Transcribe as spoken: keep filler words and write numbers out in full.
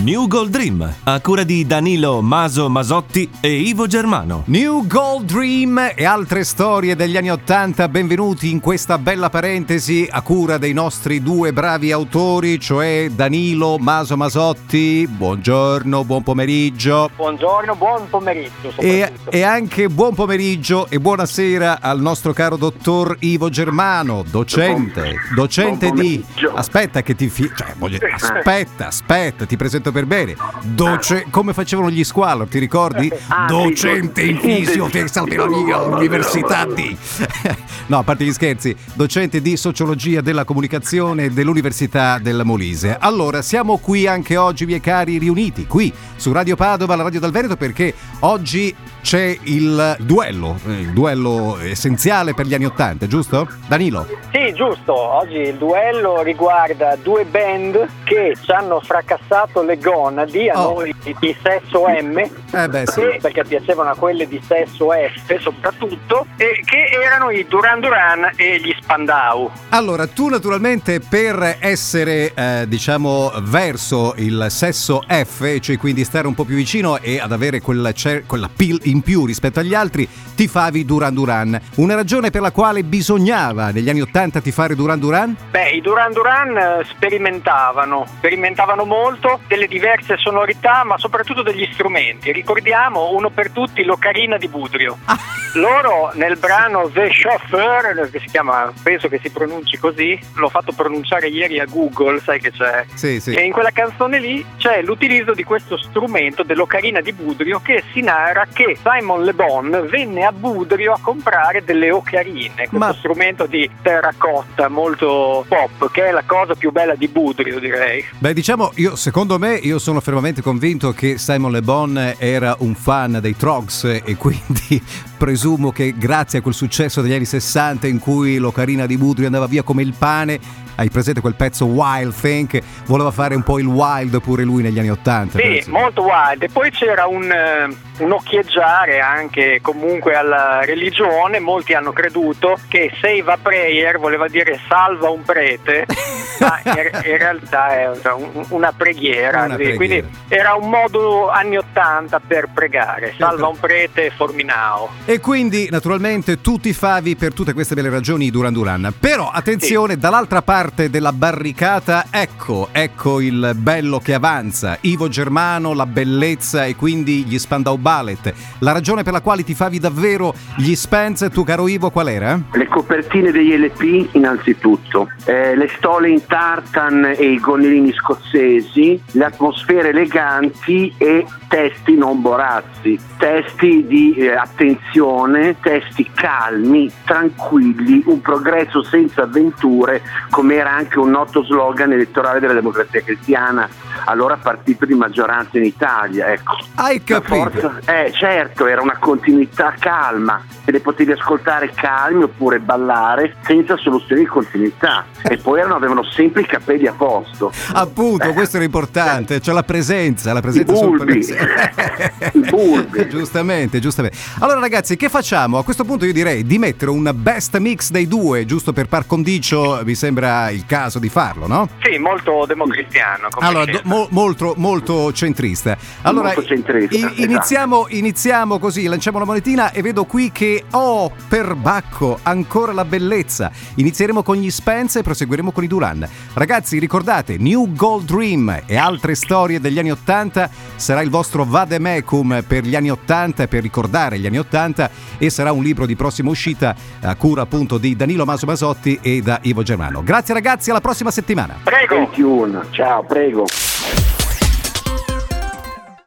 New Gold Dream, a cura di Danilo Maso Masotti e Ivo Germano. New Gold Dream e altre storie degli anni Ottanta, benvenuti in questa bella parentesi a cura dei nostri due bravi autori, cioè Danilo Maso Masotti. Buongiorno, buon pomeriggio. Buongiorno, buon pomeriggio. E, e anche buon pomeriggio e buonasera al nostro caro dottor Ivo Germano, docente, docente di... Aspetta che ti... Fi... Cioè, voglio... Aspetta, aspetta, ti presento per bene. Doce... Come facevano gli squalo, ti ricordi? Ah, docente sì, in fisioterapia della mia università di... No, a parte gli scherzi, docente di sociologia della comunicazione dell'Università del Molise. Allora, siamo qui anche oggi, miei cari, riuniti qui su Radio Padova, la radio del Veneto, perché oggi c'è il duello, il duello essenziale per gli anni Ottanta, giusto? Danilo? Sì, giusto. Oggi il duello riguarda due band che ci hanno fracassato le gonadi a Oh. noi di sesso M, Eh beh, sì. e- perché piacevano a quelle di sesso F soprattutto, e che erano i Duran Duran e gli Spandau. Allora, tu naturalmente per essere, eh, diciamo, verso il sesso F, cioè quindi stare un po' più vicino e ad avere quella, cer- quella pill in più rispetto agli altri, tifavi Duran Duran. Una ragione per la quale bisognava negli anni Ottanta tifare Duran Duran? Beh, i Duran Duran eh, sperimentavano, sperimentavano molto delle diverse sonorità, ma soprattutto degli strumenti. Ricordiamo uno per tutti, l'Ocarina di Budrio. Loro nel brano The Chauffeur, che si chiama, penso che si pronunci così, l'ho fatto pronunciare ieri a Google, sai che c'è? Sì, sì. E in quella canzone lì c'è l'utilizzo di questo strumento dell'Ocarina di Budrio, che si narra che Simon Le Bon venne a Budrio a comprare delle ocarine, questo Ma- strumento di terracotta molto pop, che è la cosa più bella di Budrio, direi. Beh, diciamo, io secondo me, io sono fermamente convinto che Simon Le Bon era un fan dei Trogs e quindi presumo che grazie a quel successo degli anni sessanta in cui l'Ocarina di Budrio andava via come il pane, hai presente quel pezzo Wild Thing, voleva fare un po' il wild pure lui negli anni Ottanta. Sì, molto wild. E poi c'era un, eh, un occhieggiare anche comunque alla religione. Molti hanno creduto che save a prayer voleva dire salva un prete, ma in, in realtà è un- una preghiera, Una sì. preghiera. Quindi era un modo anni ottanta per pregare, salva un prete forminao. E quindi naturalmente tu tifavi per tutte queste belle ragioni Duran Duran. Però attenzione, dall'altra parte della barricata, ecco, ecco il bello che avanza, Ivo Germano, la bellezza e quindi gli Spandau Ballet. La ragione per la quale tifavi davvero gli Spence, tu caro Ivo, qual era? Le copertine degli L P innanzitutto, eh, le stole in tartan e i gonnellini scozzesi, le atmosfere eleganti e testi non borazzi, testi di eh, attenzione, testi calmi, tranquilli, un progresso senza avventure, come era anche un noto slogan elettorale della Democrazia Cristiana, allora partito di maggioranza in Italia, ecco. Hai La capito? forza- eh certo, era una continuità calma e le potevi ascoltare calmi oppure ballare senza soluzioni di continuità, e poi erano, avevano sempre i capelli a posto. Appunto, Eh, questo era importante, cioè la presenza, la presenza I sul bulbi. I bulbi. Giustamente, giustamente. Allora ragazzi, che facciamo? A questo punto io direi di mettere un best mix dei due, giusto per par condicio, mi sembra il caso di farlo, no? Sì, molto democristiano. Come Allora, scelta. do- mo- molto, molto centrista. Allora, Molto centrista, i- esatto. iniziamo, iniziamo così, lanciamo la monetina e vedo qui che, oh, perbacco, ancora la bellezza. Inizieremo con gli Spence e proseguiremo con i Duran. Ragazzi, ricordate, New Gold Dream e altre storie degli anni Ottanta sarà il vostro vademecum per gli anni Ottanta, per ricordare gli anni Ottanta, e sarà un libro di prossima uscita a cura appunto di Danilo Maso Masotti e da Ivo Germano. Grazie ragazzi, alla prossima settimana. Prego. ventuno, ciao, prego.